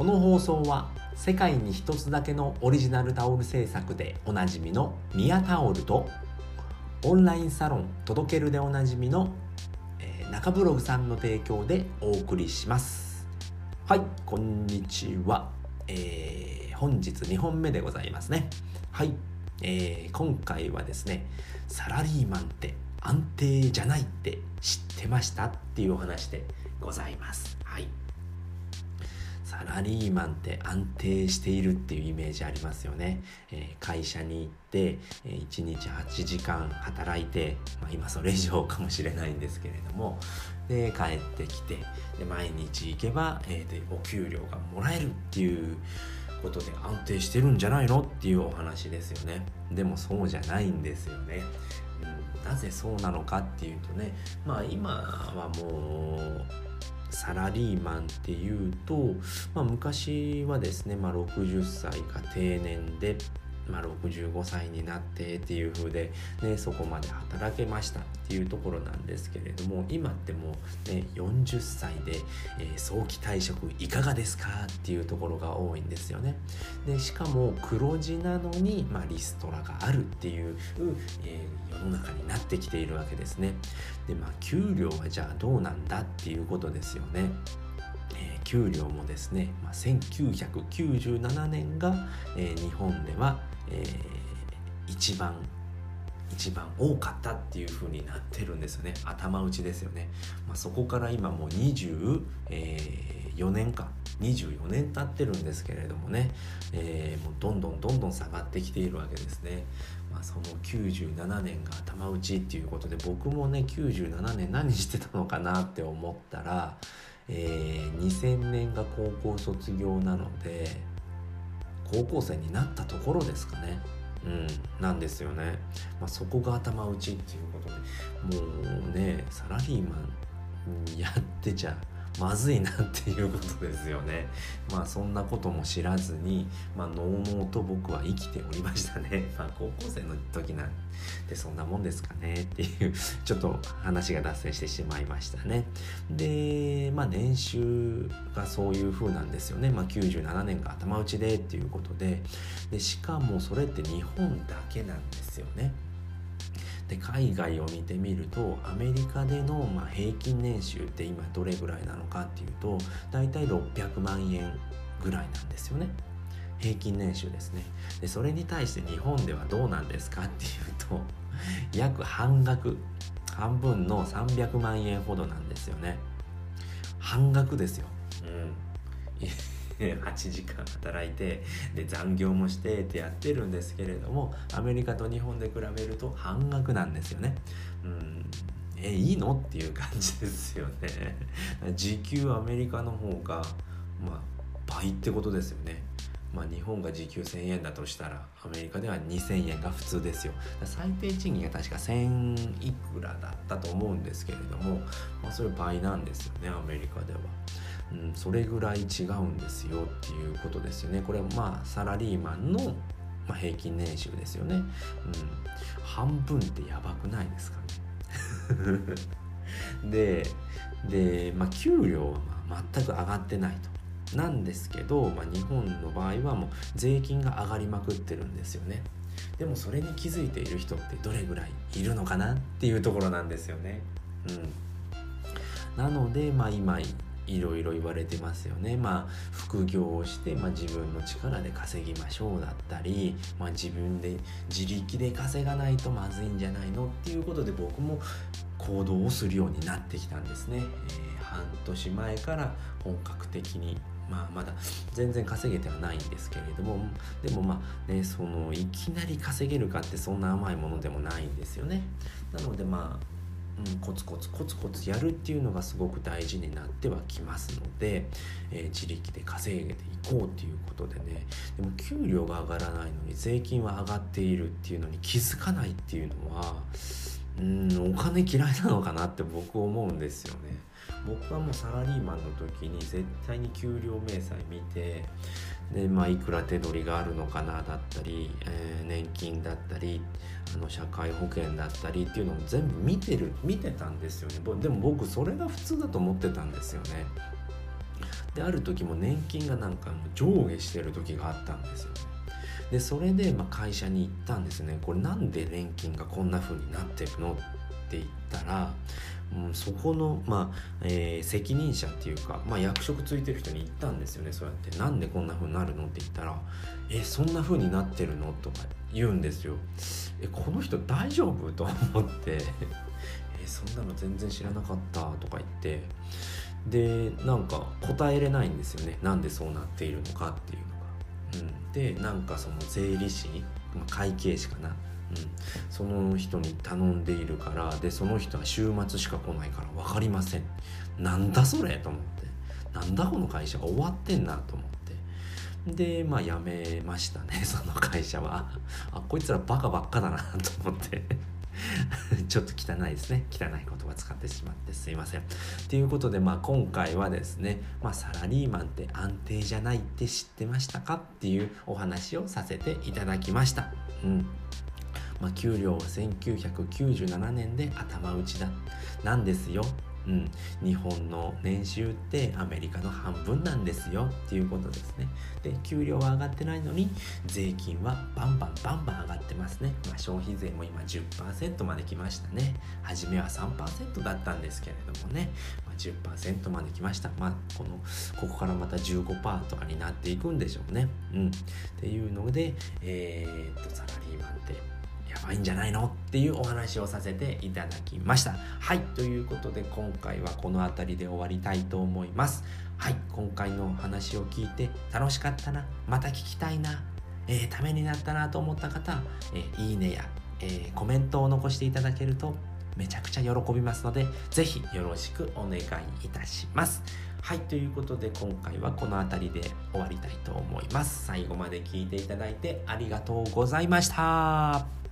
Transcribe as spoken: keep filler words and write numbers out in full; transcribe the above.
この放送は世界に一つだけのオリジナルタオル制作でおなじみのミヤタオルとオンラインサロン届けるでおなじみの、えー、中ブログさんの提供でお送りします。はい、こんにちは、えー、本日にほんめでございますね。はい、えー、今回はですね、サラリーマンって安定じゃないって知ってましたっていうお話でございます。はい、サラリーマンって安定しているっていうイメージありますよね。えー、会社に行って、えー、いちにちはちじかん働いて、まあ、今それ以上かもしれないんですけれども、で帰ってきて、で毎日行けば、えー、でお給料がもらえるっていうことで安定してるんじゃないのっていうお話ですよね。でもそうじゃないんですよね。うん、なぜそうなのかっていうとね、まあ今はもうサラリーマンっていうと、まあ、昔はですね、まあ、ろくじゅっさいが定年で、まあ、ろくじゅうごさいになってっていう風で、ね、そこまで働けましたっていうところなんですけれども、今ってもう、ね、よんじゅっさいで、えー、早期退職いかがですかっていうところが多いんですよね。でしかも黒字なのに、まあ、リストラがあるっていう、えー、世の中になってきているわけですね。で、まあ、給料はじゃあどうなんだっていうことですよね。えー、給料もですね、まあ、せんきゅうひゃくきゅうじゅうななねんが、えー、日本では、えー、一番一番多かったっていう風になってるんですよね。頭打ちですよね。まあ、そこから今もうにじゅうよねんかにじゅうよねん経ってるんですけれどもね、えー、もうどんどんどんどん下がってきているわけですね。まあ、そのきゅうじゅうななねんが頭打ちっていうことで、僕もねきゅうじゅうななねん何してたのかなって思ったら、えー、にせんねんが高校卒業なので高校生になったところですかね。うん、なんですよね。まあ、そこが頭打ちっていうことで、もうねサラリーマンやってちゃまずいなっていうことですよね。まあそんなことも知らずに、まあのうのうと僕は生きておりましたね。まあ高校生の時なんてそんなもんですかねっていうちょっと話が脱線してしまいましたね。で、まあ年収がそういう風なんですよね。まあきゅうじゅうななねんが頭打ちでっていうことで、でしかもそれって日本だけなんですよね。で海外を見てみるとアメリカでの、まあ、平均年収って今どれぐらいなのかっていうとだいたいろっぴゃくまんえんぐらいなんですよね。平均年収ですね。でそれに対して日本ではどうなんですかっていうと約半額半分のさんびゃくまんえんほどなんですよね。半額ですよ。うんはちじかん働いてで残業もしてってやってるんですけれども、アメリカと日本で比べると半額なんですよね。うんえいいのっていう感じですよね。時給アメリカの方が、まあ、倍ってことですよね。まあ、日本が時給せんえんだとしたらアメリカではにせんえんが普通ですよ。最低賃金が確かせんいくらだったと思うんですけれども、まあ、それ倍なんですよねアメリカでは。うん、それぐらい違うんですよっていうことですよね。これはまあサラリーマンの、まあ、平均年収ですよね。うん、半分ってやばくないですかねでで、まあ、給料はまあ全く上がってないとなんですけど、まあ、日本の場合はもう税金が上がりまくってるんですよね。でもそれに気づいている人ってどれぐらいいるのかなっていうところなんですよね。うん、なので、まあ、今いろいろ言われてますよね。まあ副業をして、まあ、自分の力で稼ぎましょうだったり、まあ、自分で自力で稼がないとまずいんじゃないのっていうことで僕も行動をするようになってきたんですね。えー、半年前から本格的に、まあ、まだ全然稼げてはないんですけれども、でもまあねそのいきなり稼げるかってそんな甘いものでもないんですよね。なのでまあうん、コツコツコツコツやるっていうのがすごく大事になってはきますので、えー、自力で稼げていこうっていうことでね。でも給料が上がらないのに税金は上がっているっていうのに気づかないっていうのは、うん、お金嫌いなのかなって僕思うんですよね。僕はもうサラリーマンの時に絶対に給料明細見て、で、まあ、いくら手取りがあるのかなだったり、えー、年金だったりあの社会保険だったりっていうのを全部見てる見てたんですよね。でも僕それが普通だと思ってたんですよね。 である時も年金がなんかもう上下してる時があったんですよね。でそれでまあ会社に行ったんですね。これなんで年金がこんな風になってるのって言ったら、うん、そこの、まあえー、責任者っていうか、まあ、役職ついてる人に言ったんですよね。そうやってなんでこんな風になるのって言ったら、えそんな風になってるのとか言うんですよ。えこの人大丈夫と思ってえそんなの全然知らなかったとか言って、でなんか答えれないんですよね。なんでそうなっているのかっていうのが、うん、でなんかその税理士、まあ、会計士かな、うん、その人に頼んでいるから、でその人は週末しか来ないから分かりません。なんだそれと思って、なんだこの会社が終わってんなと思って、でまあ辞めましたね、その会社は。あこいつらバカばっかだなと思ってちょっと汚いですね、汚い言葉使ってしまってすいません。ということで、まあ、今回はですね、まあ、サラリーマンって安定じゃないって知ってましたかっていうお話をさせていただきました。うんまあ、給料はせんきゅうひゃくきゅうじゅうななねんで頭打ちだなんですよ。うん、日本の年収ってアメリカの半分なんですよっていうことですね。で給料は上がってないのに税金はバンバンバンバン上がってますね。まあ、消費税も今 じゅっパーセント まで来ましたね。初めは さんパーセント だったんですけれどもね、まあ、じゅっパーセント まで来ました。まあこのここからまた じゅうごパーセント とかになっていくんでしょうね。うんっていうので、えー、っとサラリーマンってやばいんじゃないのっていうお話をさせていただきました。はい、ということで今回はこの辺りで終わりたいと思います。はい、今回の話を聞いて楽しかったな、また聞きたいな、えー、ためになったなと思った方、えー、いいねや、えー、コメントを残していただけるとめちゃくちゃ喜びますので、ぜひよろしくお願いいたします。はい、ということで今回はこの辺りで終わりたいと思います。最後まで聞いていただいてありがとうございました。